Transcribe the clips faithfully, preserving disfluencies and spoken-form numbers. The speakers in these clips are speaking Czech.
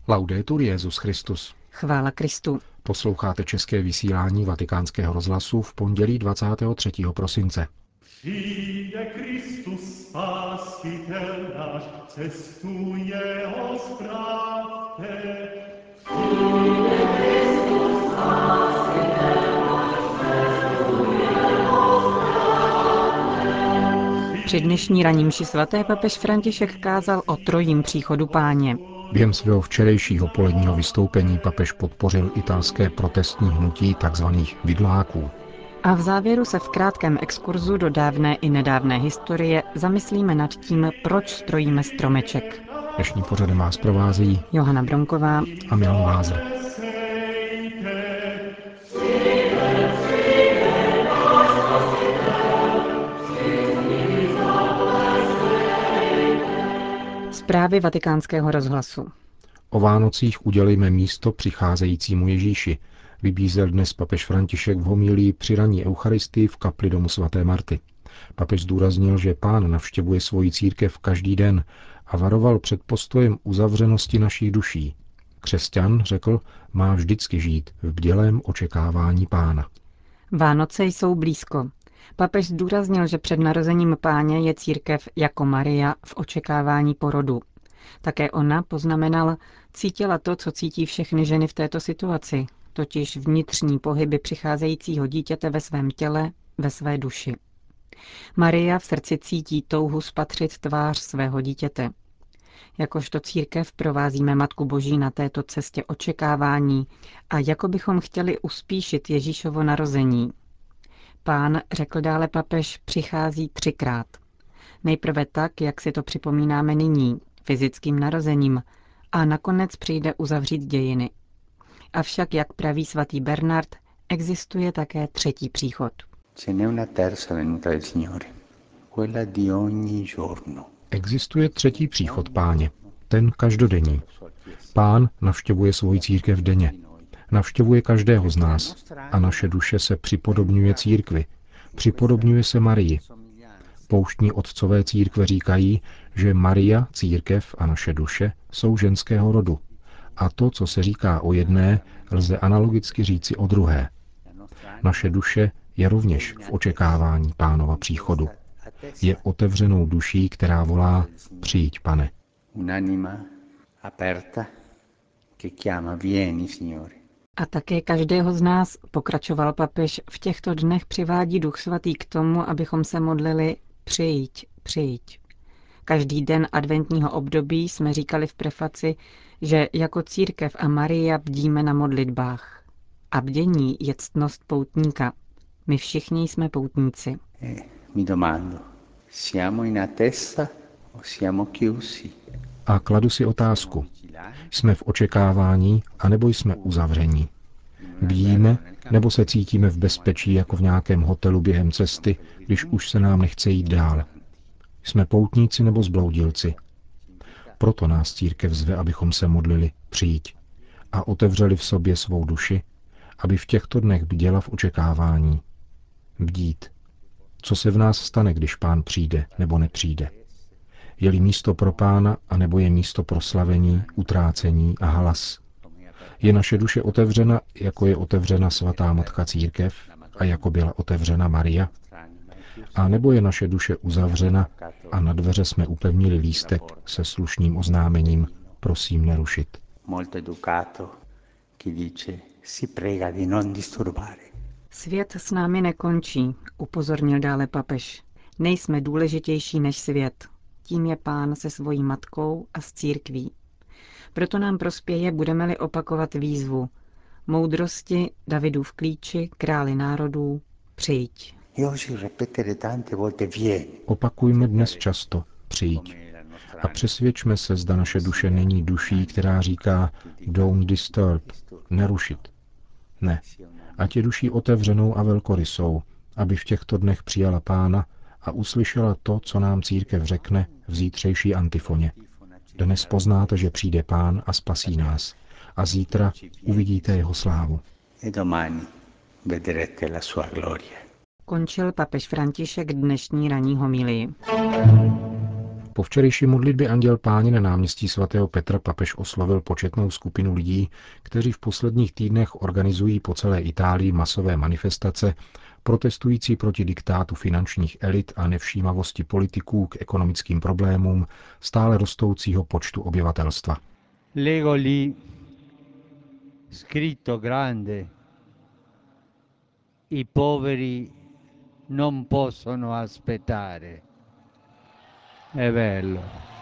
Laudetur Jesus Christus. Chvála Kristu. Posloucháte české vysílání Vatikánského rozhlasu v pondělí dvacátého třetího prosince. Přijde Kristus, Spasitel náš, cestu jeho spravte. Přijde Kristus, Spasitel náš, cestu jeho spravte. Při dnešní ranní mši svaté papež František kázal o trojím příchodu Páně. Během svého včerejšího poledního vystoupení papež podpořil italské protestní hnutí tzv. Vidláků. A v závěru se v krátkém exkurzu do dávné i nedávné historie zamyslíme nad tím, proč strojíme stromeček. Dnešní pořadem vás provázejí Johana Bronková a Milan Glázer. Zprávy Vatikánského rozhlasu. O Vánocích udělejme místo přicházejícímu Ježíši, vybízel dnes papež František v homilii při ranní eucharistii v kapli domu svaté Marty. Papež zdůraznil, že Pán navštěvuje svoji církev každý den a varoval před postojem uzavřenosti našich duší. Křesťan, řekl, má vždycky žít v bdělém očekávání Pána. Vánoce jsou blízko. Papež zdůraznil, že před narozením Páně je církev jako Maria v očekávání porodu. Také ona, poznamenal, cítila to, co cítí všechny ženy v této situaci, totiž vnitřní pohyby přicházejícího dítěte ve svém těle, ve své duši. Maria v srdci cítí touhu spatřit tvář svého dítěte. Jakožto církev provázíme Matku Boží na této cestě očekávání a jako bychom chtěli uspíšit Ježíšovo narození. Pán, řekl dále papež, přichází třikrát. Nejprve tak, jak si to připomínáme nyní, fyzickým narozením, a nakonec přijde uzavřít dějiny. Avšak, jak praví svatý Bernard, existuje také třetí příchod. Existuje třetí příchod Páně, ten každodenní. Pán navštěvuje svoji církev denně. Navštěvuje každého z nás a naše duše se připodobňuje církvi, připodobňuje se Marii. Pouštní otcové církve říkají, že Maria, církev a naše duše jsou ženského rodu. A to, co se říká o jedné, lze analogicky říci o druhé. Naše duše je rovněž v očekávání Pánova příchodu. Je otevřenou duší, která volá: Přijď, Pane. A také každého z nás, pokračoval papež, v těchto dnech přivádí Duch Svatý k tomu, abychom se modlili: Přijď, přijď. Každý den adventního období jsme říkali v prefaci, že jako církev a Maria bdíme na modlitbách. A bdění je ctnost poutníka. My všichni jsme poutníci. A kladu si otázku. Jsme v očekávání, anebo jsme uzavření? Bdíme, nebo se cítíme v bezpečí jako v nějakém hotelu během cesty, když už se nám nechce jít dál? Jsme poutníci nebo zbloudilci? Proto nás církev zve, abychom se modlili: Přijď, a otevřeli v sobě svou duši, aby v těchto dnech bděla v očekávání. Bdít. Co se v nás stane, když Pán přijde nebo nepřijde? Je-li místo pro Pána, anebo je místo pro slavení, utrácení a halas? Je naše duše otevřena, jako je otevřena svatá matka církev a jako byla otevřena Maria? A nebo je naše duše uzavřena a na dveře jsme upevnili lístek se slušným oznámením: Prosím nerušit. Svět s námi nekončí, upozornil dále papež. Nejsme důležitější než svět. Tím je Pán se svojí matkou a s církví. Proto nám prospěje, budeme-li opakovat výzvu: Moudrosti, Davidův klíči, králi národů, přijď. Opakujme dnes často: Přijď. A přesvědčme se, zda naše duše není duší, která říká: Don't disturb, nerušit. Ne, ať je duší otevřenou a velkorysou, aby v těchto dnech přijala Pána a uslyšela to, co nám církev řekne v zítřejší antifoně. Dnes poznáte, že přijde Pán a spasí nás, a zítra uvidíte jeho slávu. Končil papež František dnešní ranní homilii. Po včerejší modlitbě Anděl Páně na náměstí svatého Petra papež oslovil početnou skupinu lidí, kteří v posledních týdnech organizují po celé Itálii masové manifestace, protestující proti diktátu finančních elit a nevšímavosti politiků k ekonomickým problémům stále rostoucího počtu obyvatelstva. Lego lì scritto grande: I poveri non possono aspettare. È bello.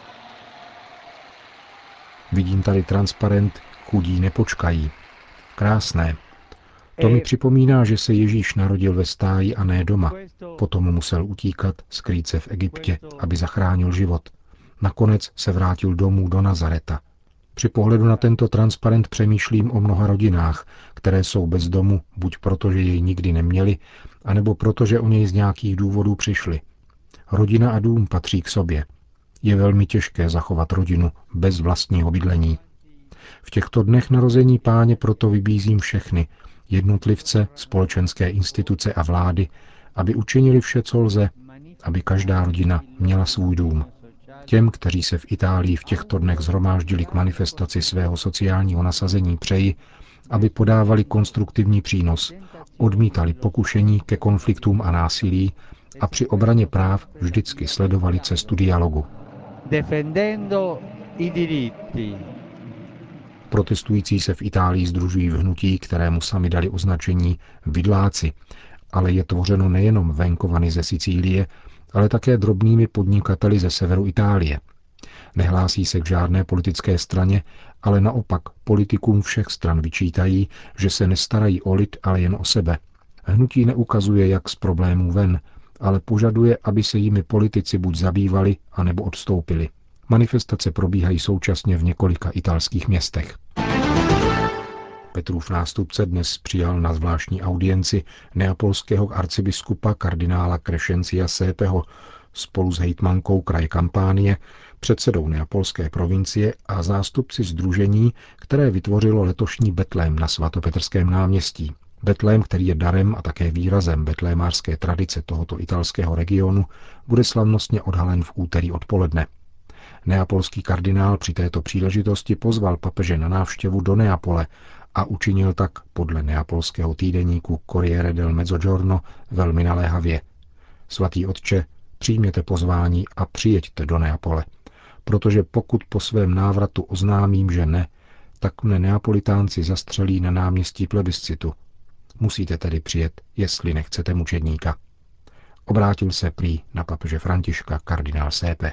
Vidím tady transparent Chudí nepočkají. Krásné. To mi připomíná, že se Ježíš narodil ve stáji a ne doma. Potom musel utíkat, skrýt se v Egyptě, aby zachránil život. Nakonec se vrátil domů do Nazareta. Při pohledu na tento transparent přemýšlím o mnoha rodinách, které jsou bez domu, buď proto, že jej nikdy neměli, anebo proto, že o něj z nějakých důvodů přišli. Rodina a dům patří k sobě. Je velmi těžké zachovat rodinu bez vlastního bydlení. V těchto dnech narození Páně proto vybízím všechny, jednotlivce, společenské instituce a vlády, aby učinili vše, co lze, aby každá rodina měla svůj dům. Těm, kteří se v Itálii v těchto dnech shromáždili k manifestaci svého sociálního nasazení, přeji, aby podávali konstruktivní přínos, odmítali pokušení ke konfliktům a násilí a při obraně práv vždycky sledovali cestu dialogu. Defendendo i diritti. Protestující se v Itálii sdružují v hnutí, kterému sami dali označení vidláci, ale je tvořeno nejenom venkovany ze Sicílie, ale také drobnými podnikateli ze severu Itálie. Nehlásí se k žádné politické straně, ale naopak politikům všech stran vyčítají, že se nestarají o lid, ale jen o sebe. Hnutí neukazuje, jak z problémů ven, ale požaduje, aby se jimi politici buď zabývali, anebo odstoupili. Manifestace probíhají současně v několika italských městech. Petrův nástupce dnes přijal na zvláštní audienci neapolského arcibiskupa kardinála Crescencia Sepeho spolu s hejtmankou kraje Kampánie, předsedou neapolské provincie a zástupci sdružení, které vytvořilo letošní Betlém na svatopetrském náměstí. Betlém, který je darem a také výrazem betlémářské tradice tohoto italského regionu, bude slavnostně odhalen v úterý odpoledne. Neapolský kardinál při této příležitosti pozval papeže na návštěvu do Neapole a učinil tak podle neapolského týdeníku Corriere del Mezzogiorno velmi naléhavě. Svatý otče, přijměte pozvání a přijeďte do Neapole, protože pokud po svém návratu oznámím, že ne, tak mne Neapolitánci zastřelí na náměstí plebiscitu. Musíte tedy přijet, jestli nechcete mučedníka. Obrátil se prý na papeže Františka kardinál Sepe.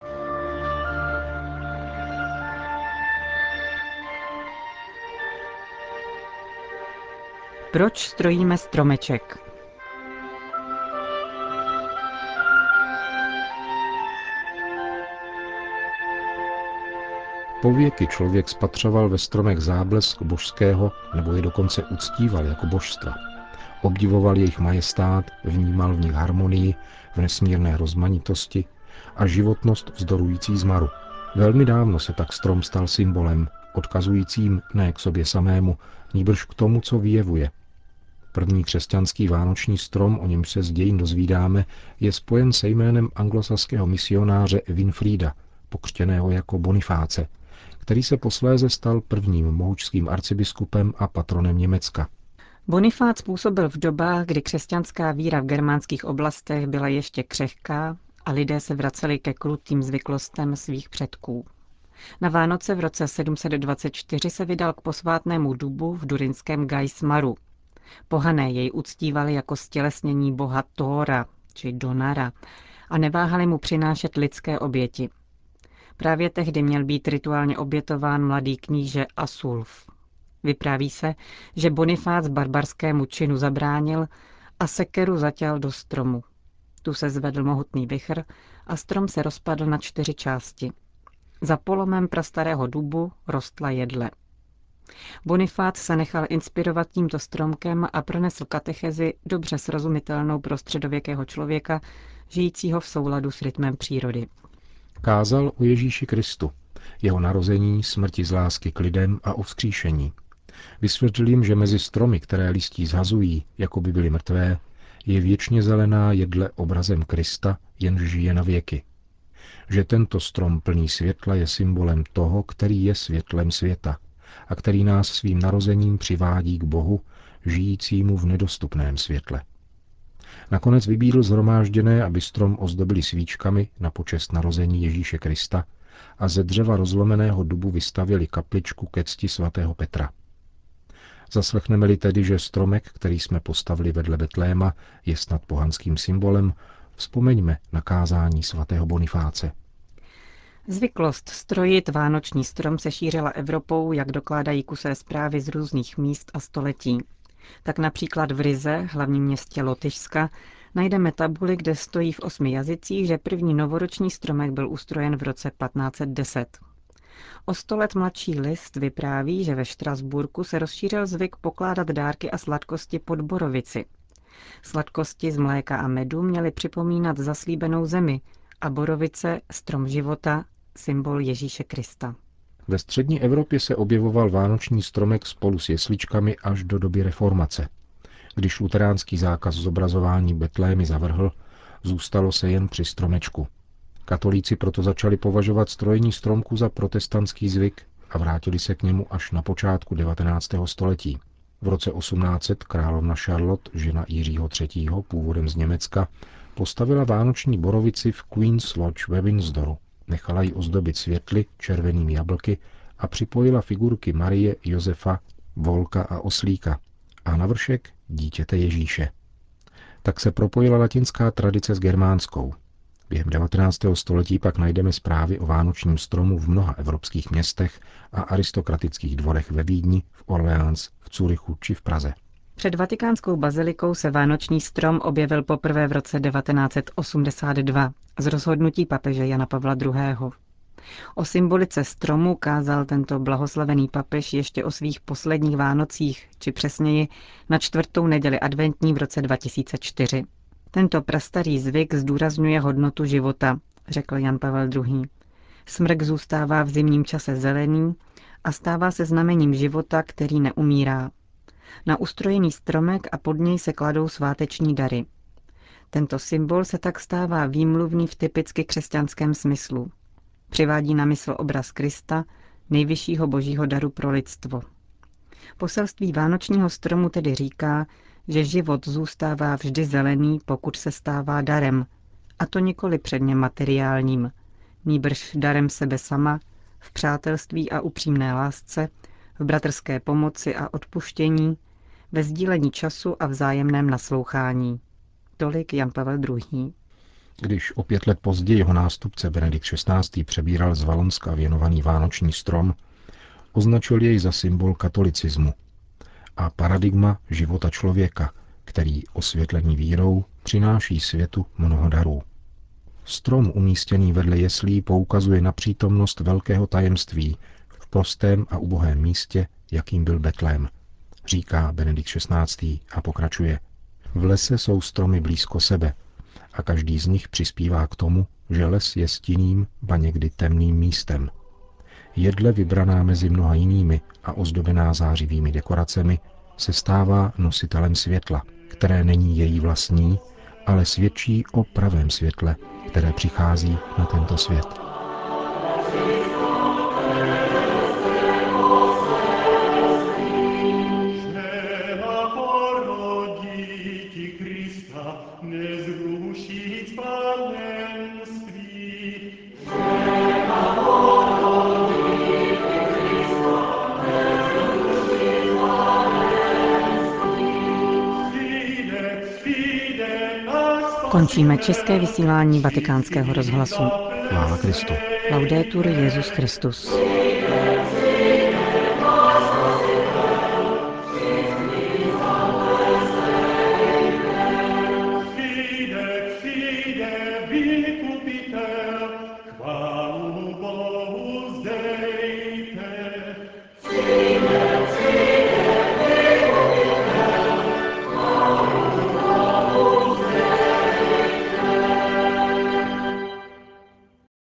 Proč strojíme stromeček? Pověky člověk spatřoval ve stromech záblesk božského, nebo je dokonce uctíval jako božstva. Obdivoval jejich majestát, vnímal v nich harmonii, v nesmírné rozmanitosti a životnost vzdorující zmaru. Velmi dávno se tak strom stal symbolem, odkazujícím ne k sobě samému, nýbrž k tomu, co vyjevuje. První křesťanský vánoční strom, o němž se z dějin dozvídáme, je spojen se jménem anglosaského misionáře Winfrida, pokřtěného jako Bonifáce, který se posléze stal prvním mohučským arcibiskupem a patronem Německa. Bonifác působil v dobách, kdy křesťanská víra v germánských oblastech byla ještě křehká a lidé se vraceli ke krutým zvyklostem svých předků. Na Vánoce v roce sedm set dvacet čtyři se vydal k posvátnému dubu v durinském Geismaru. Pohané jej uctívali jako stělesnění boha Thora, či Donara, a neváhali mu přinášet lidské oběti. Právě tehdy měl být rituálně obětován mladý kníže Asulf. Vypráví se, že Bonifác barbarskému činu zabránil a sekeru zatěl do stromu. Tu se zvedl mohutný vichr a strom se rozpadl na čtyři části. Za polomem prastarého dubu rostla jedle. Bonifác se nechal inspirovat tímto stromkem a pronesl katechezi dobře srozumitelnou pro středověkého člověka, žijícího v souladu s rytmem přírody. Kázal o Ježíši Kristu, jeho narození, smrti z lásky k lidem a o vzkříšení. Vysvětlil jim, že mezi stromy, které listí zhazují, jako by byly mrtvé, je věčně zelená jedle obrazem Krista, jenž žije na věky. že tento strom plný světla je symbolem toho, který je světlem světa a který nás svým narozením přivádí k Bohu, žijícímu v nedostupném světle. Nakonec vybídl shromážděné, aby strom ozdobili svíčkami na počest narození Ježíše Krista a ze dřeva rozlomeného dubu vystavěli kapličku ke cti svatého Petra. Zaslechneme-li tedy, že stromek, který jsme postavili vedle Betléma, je snad pohanským symbolem, vzpomeňme na kázání svatého Bonifáce. Zvyklost strojit vánoční strom se šířila Evropou, jak dokládají kusé zprávy z různých míst a století. Tak například v Rize, hlavním městě Lotyšska, najdeme tabuli, kde stojí v osmi jazycích, že první novoroční stromek byl ustrojen v roce patnáct set deset. O sto let mladší list vypráví, že ve Štrasburku se rozšířil zvyk pokládat dárky a sladkosti pod borovici. Sladkosti z mléka a medu měly připomínat zaslíbenou zemi a borovice, strom života, symbol Ježíše Krista. Ve střední Evropě se objevoval vánoční stromek spolu s jesličkami až do doby reformace. Když luteránský zákaz zobrazování Betlémy zavrhl, zůstalo se jen při stromečku. Katolíci proto začali považovat strojení stromku za protestantský zvyk a vrátili se k němu až na počátku devatenáctého století. V roce osmnáct set královna Charlotte, žena Jiřího třetího, původem z Německa, postavila vánoční borovici v Queen's Lodge ve Windsoru. Nechala ji ozdobit světly, červenými jablky a připojila figurky Marie, Josefa, volka a oslíka a na vršek dítěte Ježíše. Tak se propojila latinská tradice s germánskou. Během devatenáctého století pak najdeme zprávy o vánočním stromu v mnoha evropských městech a aristokratických dvorech ve Vídni, v Orléans, v Curychu či v Praze. Před vatikánskou bazilikou se vánoční strom objevil poprvé v roce devatenáct set osmdesát dva z rozhodnutí papeže Jana Pavla druhého. O symbolice stromu kázal tento blahoslavený papež ještě o svých posledních Vánocích, či přesněji na čtvrtou neděli adventní v roce dva tisíce čtyři. Tento prastarý zvyk zdůrazňuje hodnotu života, řekl Jan Pavel druhý. Smrk zůstává v zimním čase zelený a stává se znamením života, který neumírá. Na ustrojený stromek a pod něj se kladou sváteční dary. Tento symbol se tak stává výmluvný v typicky křesťanském smyslu. Přivádí na mysl obraz Krista, nejvyššího božího daru pro lidstvo. Poselství vánočního stromu tedy říká, že život zůstává vždy zelený, pokud se stává darem, a to nikoli předně materiálním, nýbrž darem sebe sama, v přátelství a upřímné lásce, v bratrské pomoci a odpuštění, ve sdílení času a vzájemném naslouchání. Tolik Jan Pavel druhý. Když o pět let později jeho nástupce Benedikt šestnáctý přebíral z Valonska věnovaný vánoční strom, označil jej za symbol katolicismu a paradigma života člověka, který osvětlený vírou přináší světu mnoho darů. Strom umístěný vedle jeslí poukazuje na přítomnost velkého tajemství v prostém a ubohém místě, jakým byl Betlém, říká Benedikt šestnáctý a pokračuje. V lese jsou stromy blízko sebe a každý z nich přispívá k tomu, že les je stinným, ba někdy temným místem. Jedle vybraná mezi mnoha jinými a ozdobená zářivými dekoracemi se stává nositelem světla, které není její vlastní, ale svědčí o pravém světle, které přichází na tento svět. Končíme české vysílání Vatikánského rozhlasu. Chvála Kristu. Laudetur Jesus Christus.